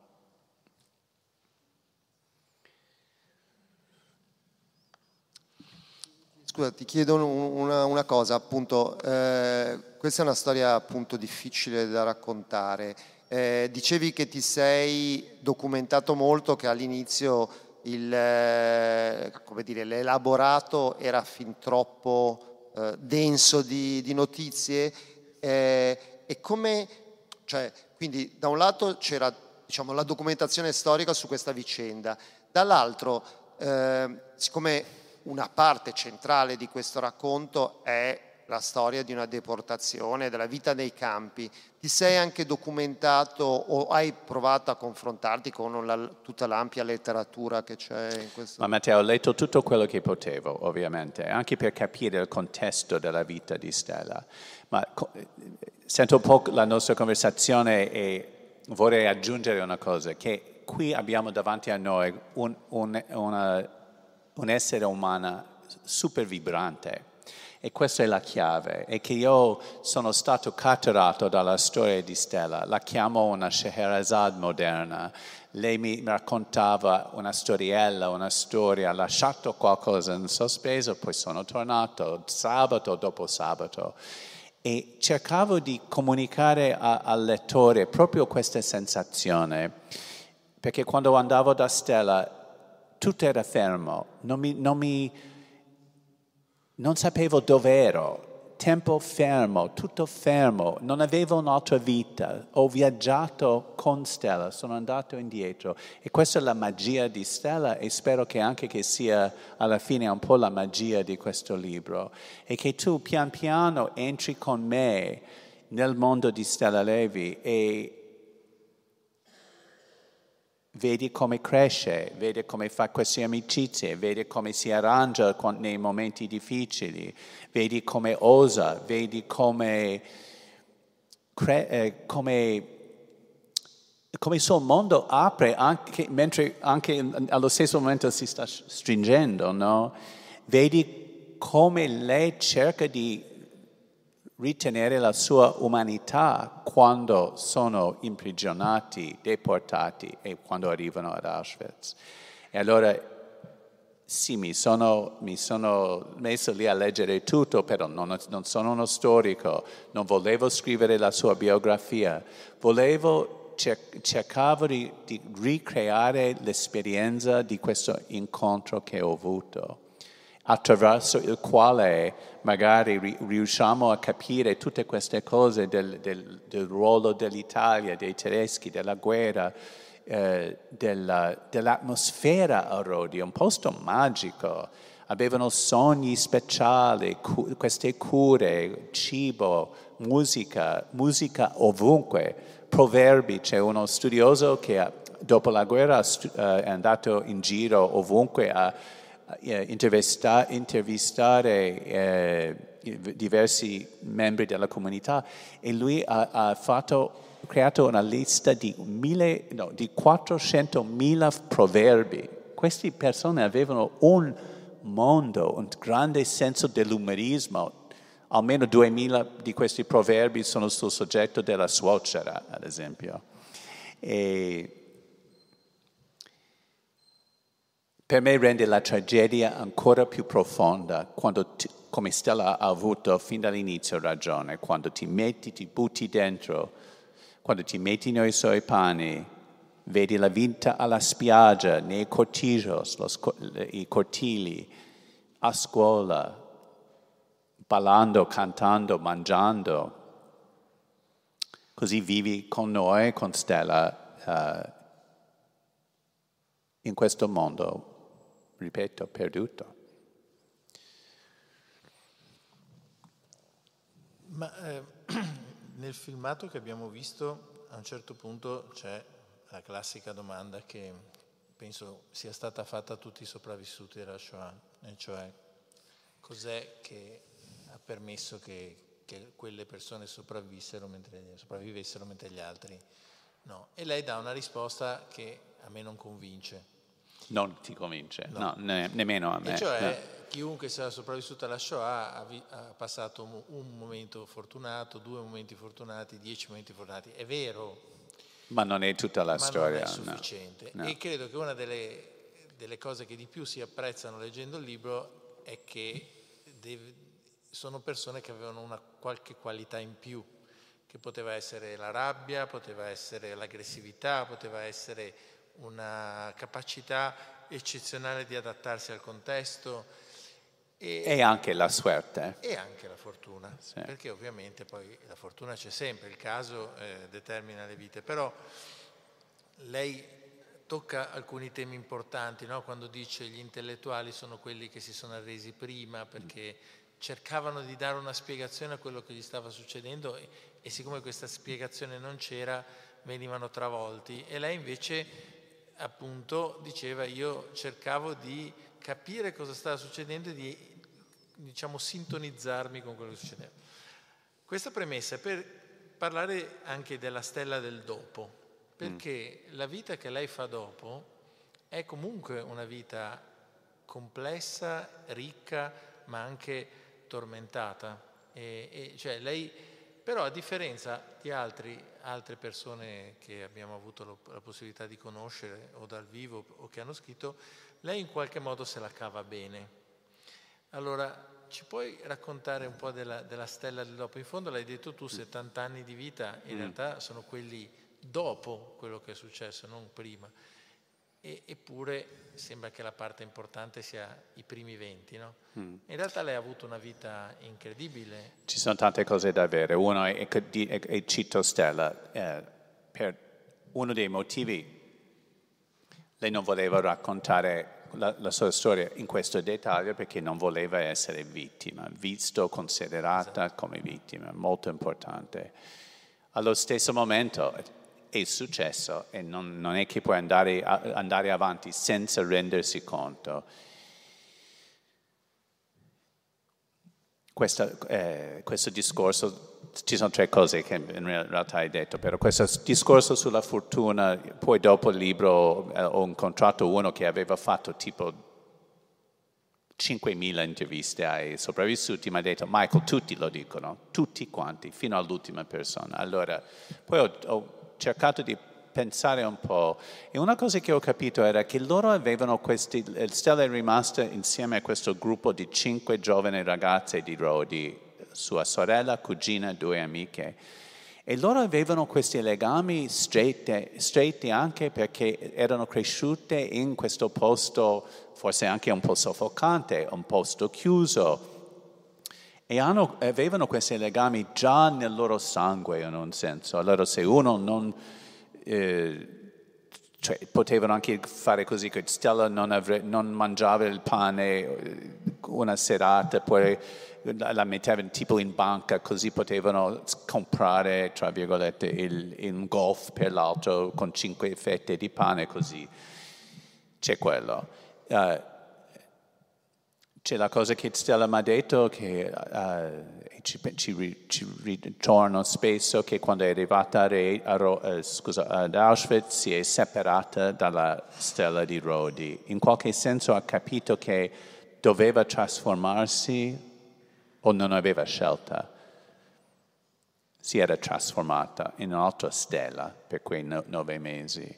Scusa, ti chiedo una, una cosa, appunto, eh, questa è una storia appunto difficile da raccontare. Eh, dicevi che ti sei documentato molto, che all'inizio il, eh, come dire, l'elaborato era fin troppo eh, denso di, di notizie, eh, e come, cioè, quindi da un lato c'era, diciamo, la documentazione storica su questa vicenda, dall'altro, eh, siccome una parte centrale di questo racconto è la storia di una deportazione, della vita nei campi, ti sei anche documentato o hai provato a confrontarti con la, tutta l'ampia letteratura che c'è in questo?
Ma Matteo, ho letto tutto quello che potevo, ovviamente, anche per capire il contesto della vita di Stella. Ma sento un po' la nostra conversazione e vorrei aggiungere una cosa, che qui abbiamo davanti a noi un, un, una, un essere umano super vibrante. E questa è la chiave, è che io sono stato catturato dalla storia di Stella, la chiamo una Scheherazade moderna. Lei mi raccontava una storiella, una storia, ha lasciato qualcosa in sospeso, poi sono tornato sabato dopo sabato. E cercavo di comunicare a, al lettore proprio questa sensazione, perché quando andavo da Stella tutto era fermo, non mi... Non mi Non sapevo dov'ero, tempo fermo, tutto fermo, non avevo un'altra vita. Ho viaggiato con Stella, sono andato indietro e questa è la magia di Stella e spero che anche che sia alla fine un po' la magia di questo libro e che tu pian piano entri con me nel mondo di Stella Levi e vedi come cresce, vedi come fa queste amicizie, vedi come si arrangia nei momenti difficili, vedi come osa, vedi come, cre- eh, come, come il suo mondo apre anche, mentre anche allo stesso momento si sta stringendo, no? Vedi come lei cerca di ritenere la sua umanità quando sono imprigionati, deportati e quando arrivano ad Auschwitz. E allora sì, mi sono, mi sono messo lì a leggere tutto, però non, non sono uno storico, non volevo scrivere la sua biografia, volevo, cer- cercavo di, di ricreare l'esperienza di questo incontro che ho avuto, attraverso il quale magari ri- riusciamo a capire tutte queste cose del, del, del ruolo dell'Italia, dei tedeschi, della guerra, eh, della, dell'atmosfera a Rodi, un posto magico. Avevano sogni speciali, cu- queste cure, cibo, musica, musica ovunque, proverbi. C'è uno studioso che ha, dopo la guerra stu- uh, è andato in giro ovunque a Intervista, intervistare eh, diversi membri della comunità e lui ha, ha fatto, creato una lista di, mille, no, di quattrocentomila proverbi. Queste persone avevano un mondo, un grande senso dell'umorismo. Almeno duemila di questi proverbi sono sul soggetto della suocera, ad esempio. E per me rende la tragedia ancora più profonda quando, ti, come Stella ha avuto fin dall'inizio ragione, quando ti metti, ti butti dentro, quando ti metti nei suoi panni, vedi la vita alla spiaggia, nei cortijos, lo, i cortili, a scuola, ballando, cantando, mangiando. Così vivi con noi, con Stella, uh, in questo mondo, ripeto, perduto.
Ma eh, nel filmato che abbiamo visto, a un certo punto c'è la classica domanda che penso sia stata fatta a tutti i sopravvissuti della Shoah, e cioè cos'è che ha permesso che, che quelle persone sopravvissero mentre, sopravvivessero mentre gli altri no. E lei dà una risposta che a me non convince.
Non ti convince, no, no ne, nemmeno a me.
E cioè,
no.
Chiunque sia sopravvissuto alla Shoah ha, vi, ha passato un, un momento fortunato, due momenti fortunati, dieci momenti fortunati. È vero.
Ma non è tutta la
ma
storia.
non è sufficiente.
No, no.
E credo che una delle, delle cose che di più si apprezzano leggendo il libro è che deve, sono persone che avevano una qualche qualità in più, che poteva essere la rabbia, poteva essere l'aggressività, poteva essere una capacità eccezionale di adattarsi al contesto
E, e anche la suerte.
E anche la fortuna, sì. Perché ovviamente poi la fortuna c'è sempre, il caso eh, determina le vite, però lei tocca alcuni temi importanti, no? Quando dice gli intellettuali sono quelli che si sono arresi prima perché cercavano di dare una spiegazione a quello che gli stava succedendo e, e siccome questa spiegazione non c'era venivano travolti, e lei invece appunto diceva io cercavo di capire cosa stava succedendo e di, diciamo, sintonizzarmi con quello che succedeva. Questa premessa è per parlare anche della stella del dopo, perché mm. la vita che lei fa dopo è comunque una vita complessa, ricca, ma anche tormentata. E, e cioè lei, però a differenza di altri, altre persone che abbiamo avuto lo, la possibilità di conoscere o dal vivo o che hanno scritto, lei in qualche modo se la cava bene. Allora, ci puoi raccontare un po' della, della stella del dopo? In fondo l'hai detto tu, settanta anni di vita in mm. realtà sono quelli dopo quello che è successo, non prima. E, eppure sembra che la parte importante sia i primi venti, no? Mm. In realtà lei ha avuto una vita incredibile.
Ci sono tante cose da dire. Uno è che cito Stella, eh, per uno dei motivi lei non voleva raccontare la, la sua storia in questo dettaglio perché non voleva essere vittima, visto, considerata esatto. come vittima, molto importante. Allo stesso momento è successo e non, non è che puoi andare, a, andare avanti senza rendersi conto. Questa, eh, questo discorso, ci sono tre cose che in realtà hai detto, però questo discorso sulla fortuna, poi dopo il libro eh, ho incontrato uno che aveva fatto tipo cinquemila interviste ai sopravvissuti, mi ha detto Michael, tutti lo dicono, tutti quanti, fino all'ultima persona. Allora, poi ho, ho cercato di pensare un po' e una cosa che ho capito era che loro avevano questi, Stella è rimasta insieme a questo gruppo di cinque giovani ragazze di Rodi, sua sorella, cugina, due amiche, e loro avevano questi legami stretti, stretti anche perché erano cresciute in questo posto forse anche un po' soffocante, un posto chiuso, e hanno, avevano questi legami già nel loro sangue in un senso. Allora se uno non eh, cioè, potevano anche fare così che Stella non, avre, non mangiava il pane una serata, poi la mettevano tipo in banca, così potevano comprare, tra virgolette, il, il golf per l'altro con cinque fette di pane, così. C'è quello. Uh, c'è la cosa che Stella mi ha detto, che uh, ci, ci, ci ritorno spesso, che quando è arrivata a Re, a Ro, uh, scusa, ad Auschwitz si è separata dalla Stella di Rodi. In qualche senso ha capito che doveva trasformarsi o non aveva scelta, si era trasformata in un'altra stella per quei no, nove mesi.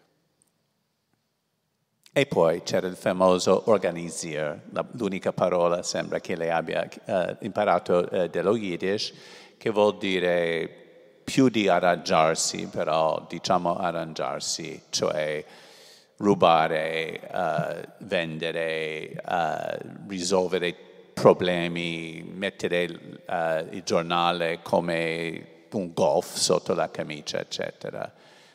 E poi c'era il famoso organisier, la, l'unica parola sembra che lei abbia uh, imparato uh, dello Yiddish, che vuol dire più di arrangiarsi, però diciamo arrangiarsi, cioè rubare, uh, vendere, uh, risolvere problemi, mettere uh, il giornale come un golf sotto la camicia, eccetera.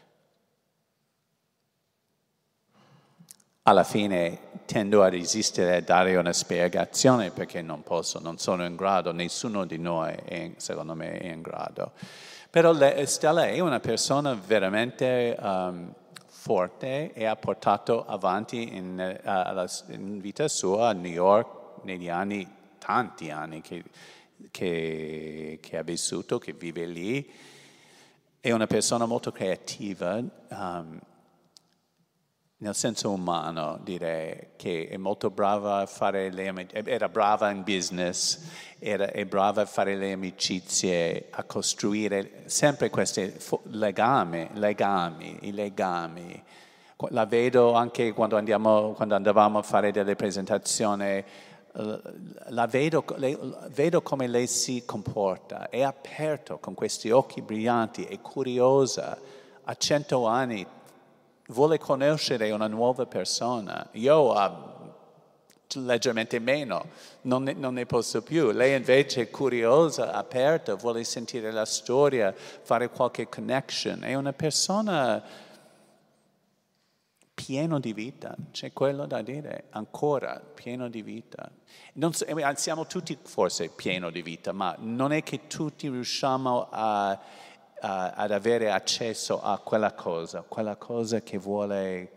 Alla fine tendo a resistere a dare una spiegazione perché non posso, non sono in grado, nessuno di noi è, secondo me è in grado. Però le, Stella è una persona veramente um, forte e ha portato avanti in, uh, in vita sua a New York negli anni, tanti anni che, che, che ha vissuto, che vive lì. È una persona molto creativa, um, nel senso umano, direi, che è molto brava a fare le era brava in business, era, è brava a fare le amicizie, a costruire sempre questi legami, legami, i legami. La vedo anche quando andiamo, quando andavamo a fare delle presentazioni. La vedo, le, vedo come lei si comporta, è aperto con questi occhi brillanti, è curiosa, a cento anni vuole conoscere una nuova persona. Io a leggermente meno, non ne, non ne posso più. Lei invece è curiosa, aperta, vuole sentire la storia, fare qualche connection. È una persona pieno di vita, c'è quello da dire, ancora pieno di vita. Non, siamo tutti forse pieno di vita, ma non è che tutti riusciamo a, a, ad avere accesso a quella cosa, quella cosa che vuole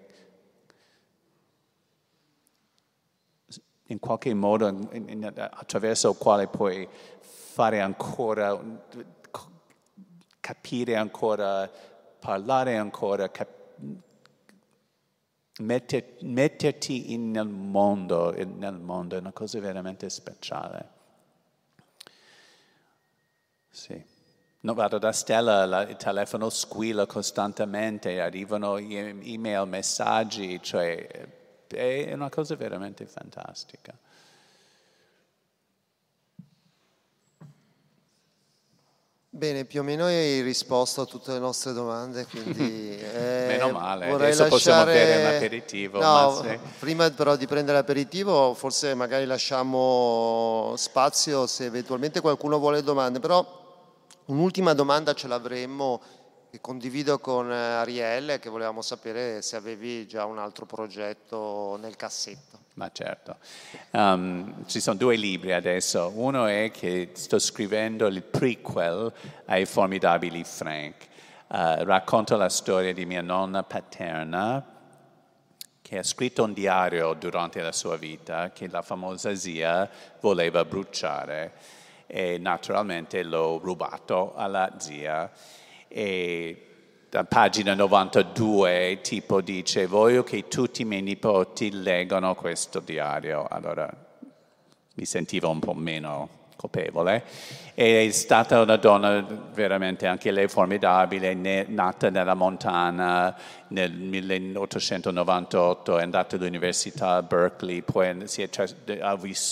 in qualche modo, in, in, attraverso il quale puoi fare ancora, capire ancora, parlare ancora, cap- metter, metterti in, nel mondo, in, nel mondo è una cosa veramente speciale. Sì. No, vado da Stella, la, il telefono squilla costantemente, arrivano email, messaggi, cioè è una cosa veramente fantastica.
Bene, più o meno hai risposto a tutte le nostre domande, quindi eh,
meno male,
vorrei
adesso
lasciare...
possiamo bere un aperitivo.
No,
ma sì.
Prima però di prendere l'aperitivo forse magari lasciamo spazio se eventualmente qualcuno vuole domande, però un'ultima domanda ce l'avremmo che condivido con Ariel, che volevamo sapere se avevi già un altro progetto nel cassetto.
Ma certo. Um, ci sono due libri adesso. Uno è che sto scrivendo il prequel ai Formidabili Frank. Uh, racconto la storia di mia nonna paterna, che ha scritto un diario durante la sua vita che la famosa zia voleva bruciare e naturalmente l'ho rubato alla zia. E a pagina novantadue tipo dice: voglio che tutti i miei nipoti leggano questo diario. Allora mi sentivo un po' meno colpevole. È stata una donna veramente anche lei formidabile, nata nella montana nel milleottocentonovantotto, è andata all'università a Berkeley, poi si è tras- ha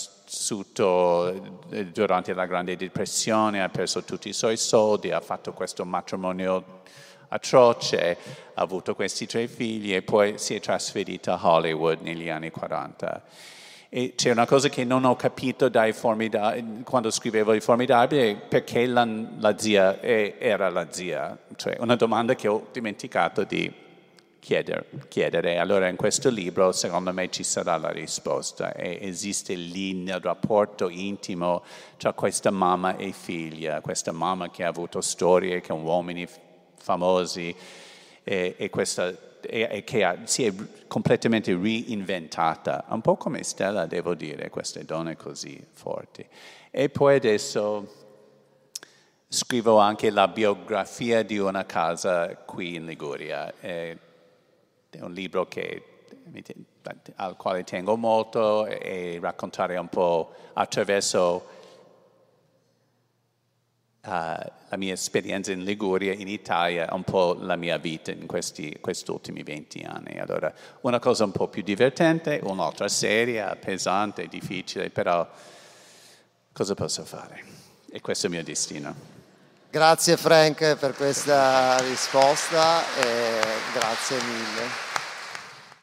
vissuto durante la Grande Depressione, ha perso tutti i suoi soldi, ha fatto questo matrimonio atroce, ha avuto questi tre figli e poi si è trasferita a Hollywood negli anni quaranta. E c'è una cosa che non ho capito dai formidabili, quando scrivevo i Formidabili, perché la, la zia è, era la zia, cioè una domanda che ho dimenticato di chiedere, chiedere. Allora in questo libro secondo me ci sarà la risposta e esiste lì nel rapporto intimo tra questa mamma e figlia, questa mamma che ha avuto storie con uomini famosi e, e, questa, e, e che ha, si è completamente reinventata, un po' come Stella, devo dire, queste donne così forti. E poi adesso scrivo anche la biografia di una casa qui in Liguria. È, è un libro che, al quale tengo molto e raccontare un po' attraverso Uh, la mia esperienza in Liguria, in Italia, un po' la mia vita in questi, questi ultimi venti anni. Allora, una cosa un po' più divertente, un'altra seria, pesante, difficile, però cosa posso fare? E questo è il mio destino.
Grazie Frank per questa risposta e grazie mille.